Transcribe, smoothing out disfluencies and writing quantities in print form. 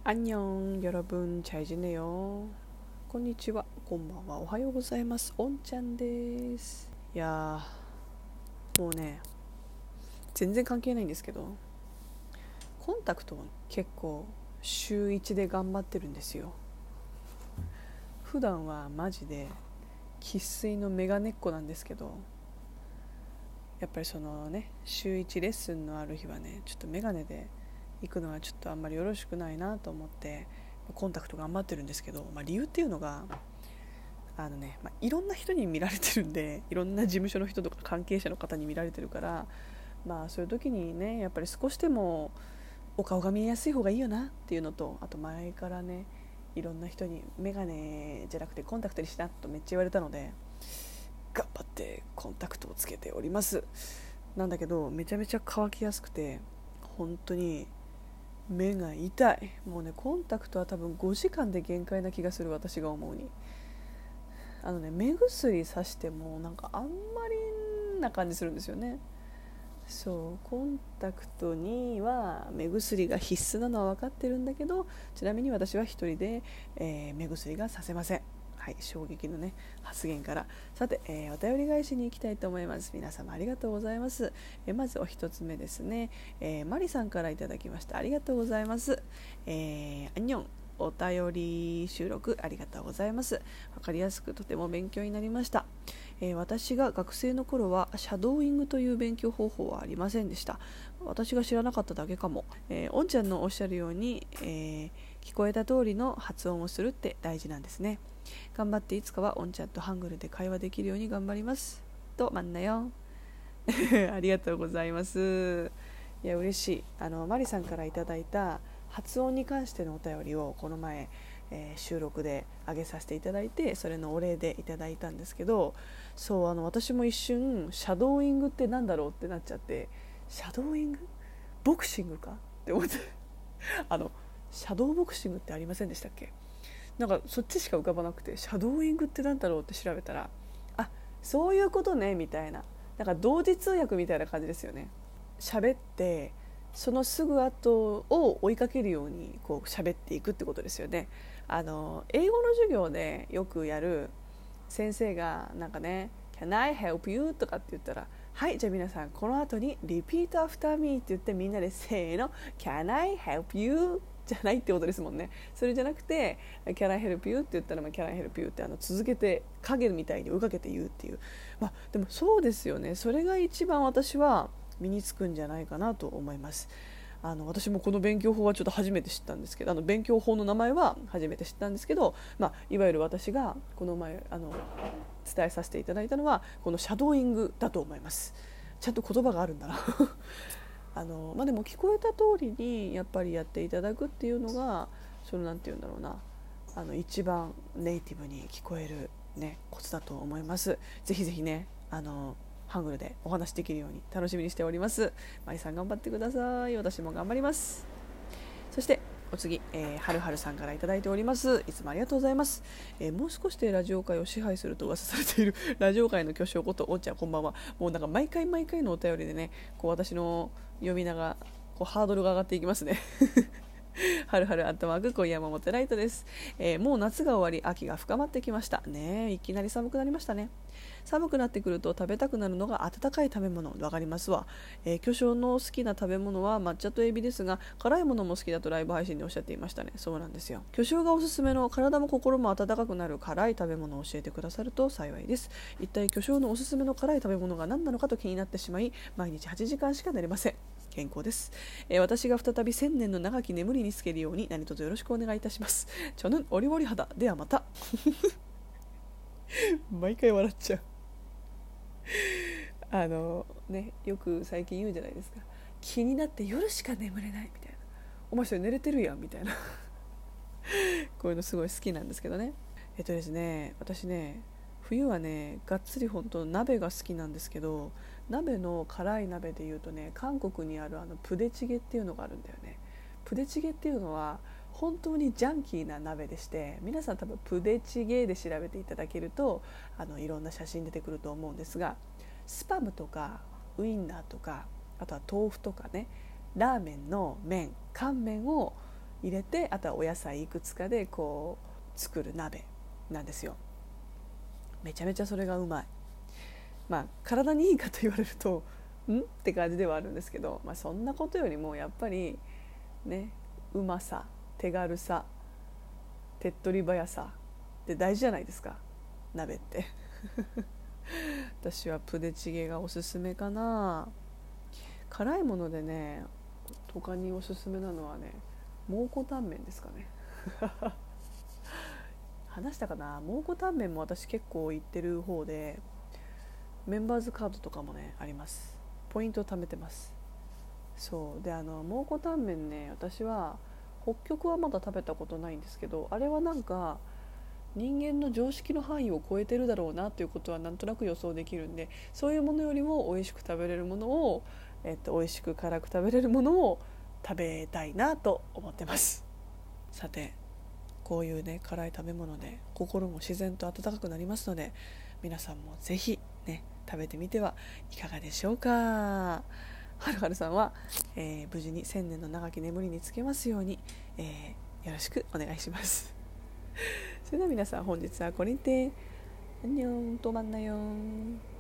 안녕 여러분 잘 지내요? こんにちは、こんばんは、おはようございます。おんちゃんです。いやもうね、全然関係ないんですけど、コンタクトを結構週1で頑張ってるんですよ。普段はマジで生粋のメガネっ子なんですけど、やっぱりそのね、週1レッスンのある日はね、ちょっとメガネで行くのはちょっとあんまりよろしくないなと思ってコンタクト頑張ってるんですけど、理由っていうのがいろんな人に見られてるんで、いろんな事務所の人とか関係者の方に見られてるから、そういう時にね、やっぱり少しでもお顔が見えやすい方がいいよなっていうのと、あと前からね、いろんな人にメガネじゃなくてコンタクトにしなとめっちゃ言われたので、頑張ってコンタクトをつけております。なんだけどめちゃめちゃ乾きやすくて、本当に目が痛い。もうね、コンタクトは多分5時間で限界な気がする、私が思うに。目薬さしてもなんかあんまりな感じするんですよね。そう、コンタクトには目薬が必須なのは分かってるんだけど、ちなみに私は一人で、目薬がさせません。はい、衝撃のね発言から。さて、お便り返しに行きたいと思います。皆様ありがとうございます。まずお一つ目ですね、マリさんからいただきました。ありがとうございます。アンニョン、お便り収録ありがとうございます。わかりやすくとても勉強になりました。私が学生の頃はシャドーイングという勉強方法はありませんでした。私が知らなかっただけかも。おんちゃんのおっしゃるように、聞こえた通りの発音をするって大事なんですね。頑張っていつかはおんちゃんとハングルで会話できるように頑張りますとまんなよ。ありがとうございます。いや嬉しい。マリさんからいただいた発音に関してのお便りをこの前、収録で上げさせていただいて、それのお礼でいただいたんですけど、そう、私も一瞬シャドーイングってなんだろうってなっちゃって、シャドーイングボクシングかって思ってシャドーボクシングってありませんでしたっけ？なんかそっちしか浮かばなくて、シャドーイングってなんだろうって調べたら、あ、そういうことねみたいな、なんか同時通訳みたいな感じですよね。喋ってそのすぐ後を追いかけるようにこう喋っていくってことですよね。英語の授業でよくやる、先生がなんかね Can I help you? とかって言ったら、はい、じゃあ皆さんこの後に Repeat after me って言って、みんなでせーの Can I help you? じゃないってことですもんね。それじゃなくて Can I help you? って言ったら、Can I help you? って続けて影みたいに追いかけて言うっていう、でもそうですよね。それが一番私は身につくんじゃないかなと思います。私もこの勉強法はちょっと初めて知ったんですけど、勉強法の名前は初めて知ったんですけど、いわゆる私がこの前伝えさせていただいたのはこのシャドーイングだと思います。ちゃんと言葉があるんだなでも聞こえた通りにやっぱりやっていただくっていうのが、そのなんて言うんだろうな、一番ネイティブに聞こえるねコツだと思います。ぜひぜひね、ハングルでお話できるように楽しみにしております。マリさん頑張ってください。私も頑張ります。そしてお次、はるはるさんからいただいております。いつもありがとうございます。もう少しでラジオ界を支配すると噂されているラジオ界の巨匠ことおんちゃん、こんばんは。もうなんか毎回毎回のお便りでね、こう私の読みながらこうハードルが上がっていきますね。はるはるアットマーク今夜もモテライトです。もう夏が終わり秋が深まってきましたね。いきなり寒くなりましたね。寒くなってくると食べたくなるのが温かい食べ物、わかりますわ。巨匠の好きな食べ物は抹茶とエビですが、辛いものも好きだとライブ配信でおっしゃっていましたね。そうなんですよ。巨匠がおすすめの体も心も温かくなる辛い食べ物を教えてくださると幸いです。一体巨匠のおすすめの辛い食べ物が何なのかと気になってしまい、毎日8時間しか寝れません。健康です。私が再び1000年の長き眠りにつけるように何卒よろしくお願いいたします。ちょぬんおりぼり肌ではまた。毎回笑っちゃう。よく最近言うじゃないですか。気になって夜しか眠れないみたいな。お前それ寝れてるやんみたいな。こういうのすごい好きなんですけどね。ですね、私ね、冬はね、がっつり本当鍋が好きなんですけど、鍋の辛い鍋でいうとね、韓国にあるプデチゲっていうのがあるんだよね。プデチゲっていうのは本当にジャンキーな鍋でして、皆さん多分プデチゲで調べていただけるといろんな写真出てくると思うんですが、スパムとかウインナーとか、あとは豆腐とかね、ラーメンの麺乾麺を入れて、あとはお野菜いくつかでこう作る鍋なんですよ。めちゃめちゃそれがうまい。まあ体にいいかと言われるとって感じではあるんですけど、そんなことよりもやっぱりね、うまさ、手軽さ、手っ取り早さって大事じゃないですか、鍋って私はプデチゲがおすすめかな。辛いものでね、他におすすめなのはね、蒙古タンメンですかね話したかな。蒙古タンメンも私結構行ってる方で、メンバーズカードとかもねあります。ポイントを貯めてます。そうで、蒙古タンメンね、私は北極はまだ食べたことないんですけど、あれはなんか人間の常識の範囲を超えてるだろうなということはなんとなく予想できるんで、そういうものよりも美味しく食べれるものを、美味しく辛く食べれるものを食べたいなと思ってます。さて、こういうね辛い食べ物で心も自然と温かくなりますので、皆さんもぜひね食べてみてはいかがでしょうか。はるはるさんは、無事に1000年の長き眠りにつけますように、よろしくお願いしますそれでは皆さん、本日はこれにて、アンニョン、とまんなよん。